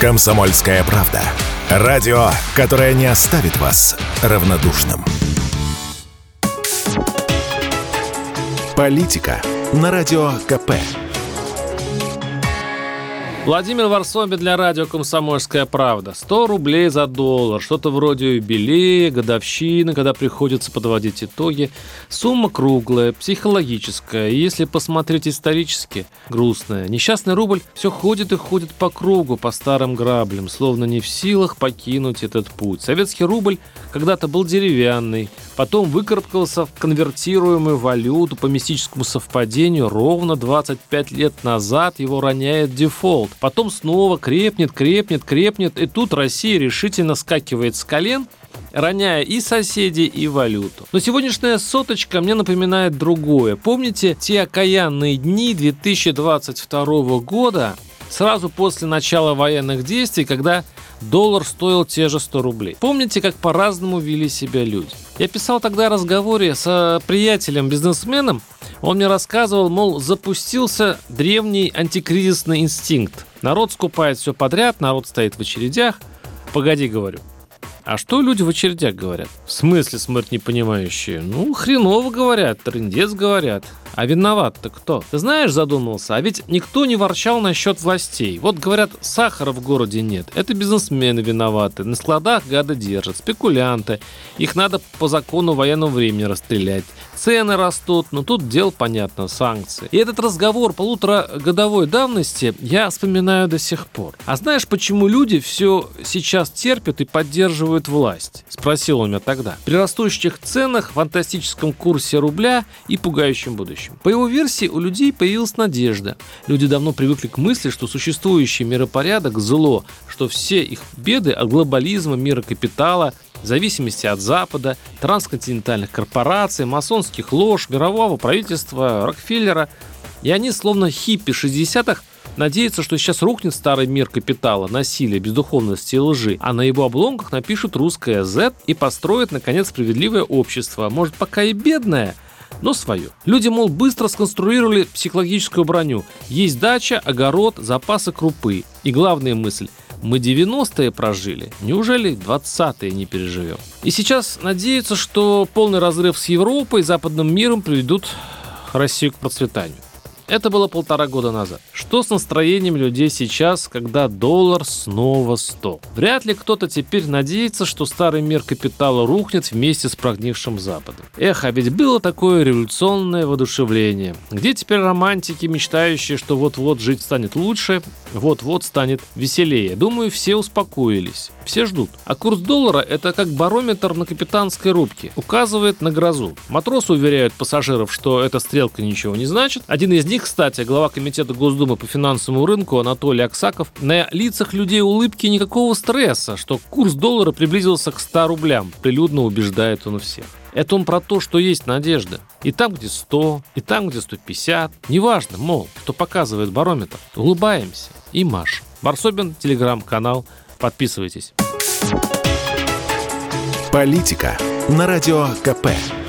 «Комсомольская правда». Радио, которое не оставит вас равнодушным. Политика на Радио КП. Владимир Варсобин для радио «Комсомольская правда». 100 рублей за доллар. Что-то вроде юбилея, годовщины, когда приходится подводить итоги. Сумма круглая, психологическая. И если посмотреть исторически, грустная. Несчастный рубль все ходит и ходит по кругу, по старым граблям, словно не в силах покинуть этот путь. Советский рубль когда-то был деревянный, потом выкарабкался в конвертируемую валюту по мистическому совпадению. Ровно 25 лет назад его роняет дефолт. Потом снова крепнет, и тут Россия решительно скакивает с колен, роняя и соседей, и валюту. Но сегодняшняя соточка мне напоминает другое. Помните те окаянные дни 2022 года, сразу после начала военных действий, когда доллар стоил те же 100 рублей? Помните, как по-разному вели себя люди? Я писал тогда в разговоре с приятелем-бизнесменом. Он мне рассказывал, мол, запустился древний антикризисный инстинкт. Народ скупает все подряд, народ стоит в очередях. Погоди, говорю. А что люди в очередях говорят? В смысле, смотрят непонимающие? Ну, хреново говорят, трындец говорят. А виноват-то кто? Ты знаешь, задумался, а ведь никто не ворчал насчет властей. Вот говорят, сахара в городе нет. Это бизнесмены виноваты. На складах гады держат, спекулянты. Их надо по закону военного времени расстрелять. Цены растут, но тут дело понятно, санкции. И этот разговор полуторагодовой давности я вспоминаю до сих пор. А знаешь, почему люди все сейчас терпят и поддерживают власть? Спросил он меня тогда. При растущих ценах, фантастическом курсе рубля и пугающем будущем. По его версии, у людей появилась надежда. Люди давно привыкли к мысли, что существующий миропорядок – зло, что все их беды от глобализма, мира капитала, зависимости от Запада, трансконтинентальных корпораций, масонских лож, мирового правительства, Рокфеллера. И они, словно хиппи 60-х, надеются, что сейчас рухнет старый мир капитала, насилия, бездуховности и лжи, а на его обломках напишут русское Z и построят, наконец, справедливое общество. Может, пока и бедное, но свое. Люди, мол, быстро сконструировали психологическую броню. Есть дача, огород, запасы крупы. И главная мысль – мы 90-е прожили, неужели 20-е не переживем? И сейчас надеются, что полный разрыв с Европой и западным миром приведут Россию к процветанию. Это было 1,5 года назад. Что с настроением людей сейчас, когда доллар снова 100? Вряд ли кто-то теперь надеется, что старый мир капитала рухнет вместе с прогнившим Западом. Эх, а ведь было такое революционное воодушевление. Где теперь романтики, мечтающие, что вот-вот жить станет лучше, вот-вот станет веселее? Думаю, все успокоились. Все ждут. А курс доллара – это как барометр на капитанской рубке. Указывает на грозу. Матросы уверяют пассажиров, что эта стрелка ничего не значит. Один из них, кстати, глава комитета Госдумы по финансовому рынку Анатолий Аксаков, на лицах людей улыбки, никакого стресса, что курс доллара приблизился к 100 рублям. Прилюдно убеждает он всех. Это он про то, что есть надежда. И там, где 100, и там, где 150. Неважно, мол, что показывает барометр. Улыбаемся и машем. Варсобин, телеграм-канал. Подписывайтесь. Политика на Радио КП.